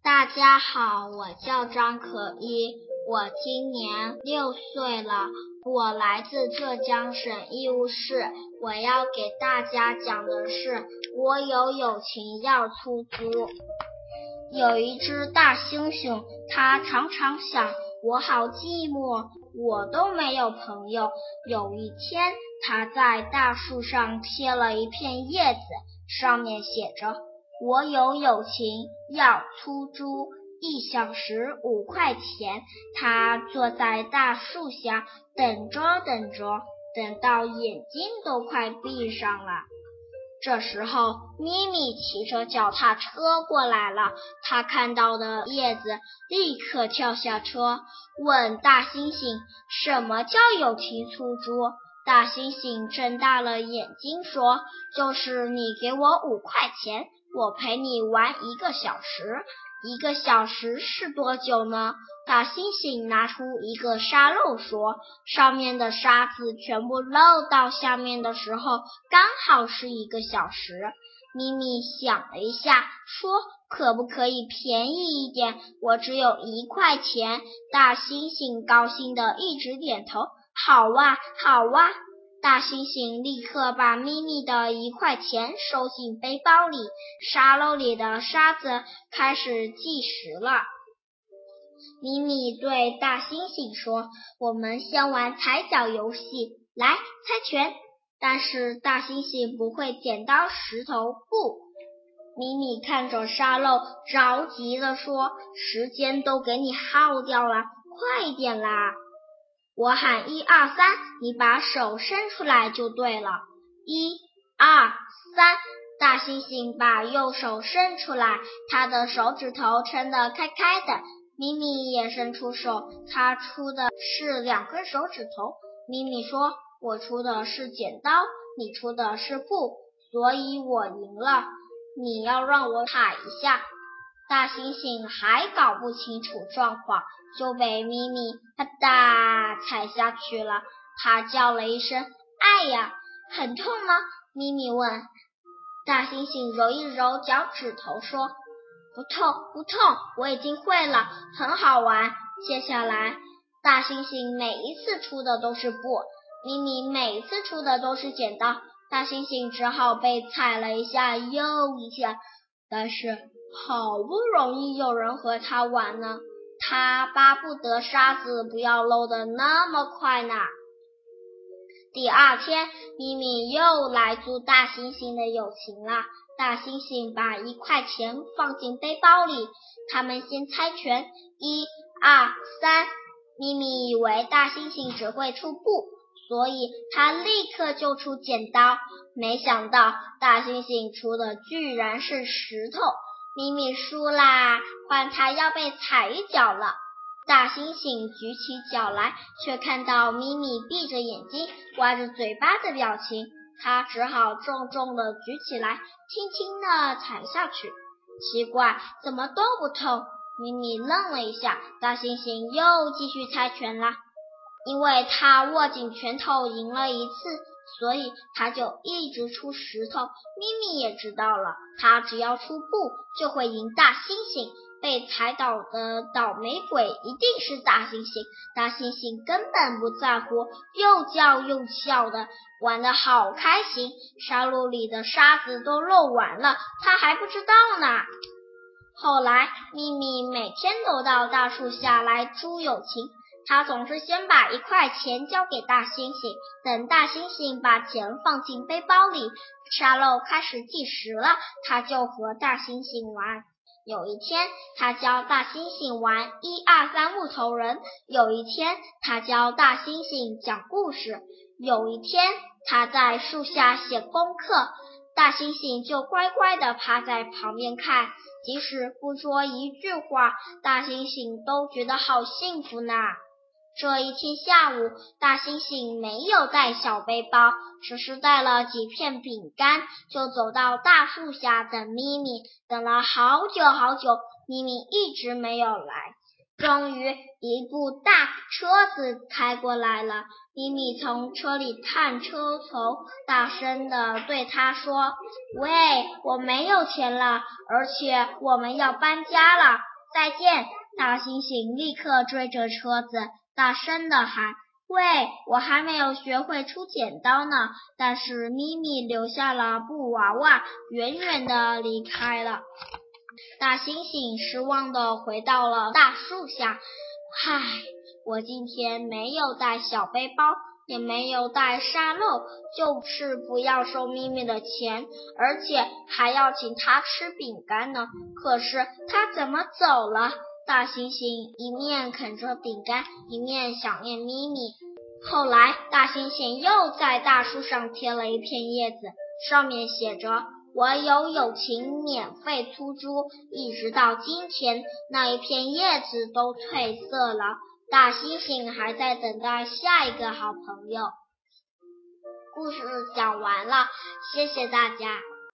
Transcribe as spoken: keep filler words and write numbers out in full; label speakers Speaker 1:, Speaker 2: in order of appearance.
Speaker 1: 大家好，我叫张可一，我今年六岁了，我来自浙江省义乌市。我要给大家讲的是我有友情要出租。有一只大猩猩，它常常想，我好寂寞，我都没有朋友。有一天，它在大树上贴了一片叶子，上面写着，我有友情要出租，一小时五块钱。他坐在大树下等着等着，等到眼睛都快闭上了。这时候咪咪骑着脚踏车过来了，他看到的叶子立刻跳下车，问大猩猩，什么叫友情出租？大猩猩睁大了眼睛说，就是你给我五块钱，我陪你玩一个小时。一个小时是多久呢？大猩猩拿出一个沙漏说，上面的沙子全部漏到下面的时候，刚好是一个小时。咪咪想了一下，说，可不可以便宜一点？我只有一块钱。大猩猩高兴地一直点头，好啊，好啊。大猩猩立刻把咪咪的一块钱收进背包里，沙漏里的沙子开始计时了。咪咪对大猩猩说，我们先玩踩脚游戏，来，猜拳。但是大猩猩不会剪刀石头布。咪咪看着沙漏，着急地说，时间都给你耗掉了，快点啦！我喊一二三，你把手伸出来就对了。一二三，大猩猩把右手伸出来，他的手指头撑得开开的。咪咪也伸出手，他出的是两根手指头。咪咪说，我出的是剪刀，你出的是布，所以我赢了，你要让我踩一下。大猩猩还搞不清楚状况，就被咪咪啪嗒踩下去了。他叫了一声，哎呀，很痛吗？咪咪问。大猩猩揉一揉脚趾头说，不痛不痛，我已经会了，很好玩。接下来大猩猩每一次出的都是布，咪咪每一次出的都是剪刀。大猩猩只好被踩了一下又一下，但是好不容易有人和他玩呢，他巴不得沙子不要漏得那么快呢。第二天，咪咪又来租大猩猩的友情了。大猩猩把一块钱放进背包里，他们先猜拳，一二三。咪咪以为大猩猩只会出布，所以他立刻就出剪刀，没想到大猩猩出的居然是石头。咪咪输啦，换他要被踩一脚了。大猩猩举起脚来，却看到咪咪闭着眼睛歪着嘴巴的表情，他只好重重地举起来，轻轻地踩下去。奇怪，怎么都不痛？咪咪愣了一下，大猩猩又继续猜拳啦。因为他握紧拳头赢了一次，所以他就一直出石头。咪咪也知道了，他只要出布就会赢大猩猩，被踩倒的倒霉鬼一定是大猩猩。大猩猩根本不在乎，又叫又笑的，玩得好开心。沙漏里的沙子都漏完了，他还不知道呢。后来咪咪每天都到大树下来租友情，他总是先把一块钱交给大猩猩，等大猩猩把钱放进背包里，沙漏开始计时了，他就和大猩猩玩。有一天，他教大猩猩玩一二三木头人；有一天，他教大猩猩讲故事；有一天，他在树下写功课，大猩猩就乖乖地趴在旁边看，即使不说一句话，大猩猩都觉得好幸福呢。这一天下午，大猩猩没有带小背包，只是带了几片饼干，就走到大树下等咪咪。等了好久好久，咪咪一直没有来。终于，一部大车子开过来了，咪咪从车里探车头，大声地对他说，喂，我没有钱了，而且我们要搬家了。 再见！”大猩猩立刻追着车子，大声地喊：“喂，我还没有学会出剪刀呢！”但是咪咪留下了布娃娃，远远地离开了。大猩猩失望地回到了大树下，唉，我今天没有带小背包，也没有带沙漏，就是不要收咪咪的钱，而且还要请他吃饼干呢。可是他怎么走了？大猩猩一面啃着饼干，一面想念咪咪。后来大猩猩又在大树上贴了一片叶子，上面写着：“我有友情免费出租。”一直到今天，那一片叶子都褪色了。大猩猩还在等待下一个好朋友。故事讲完了，谢谢大家。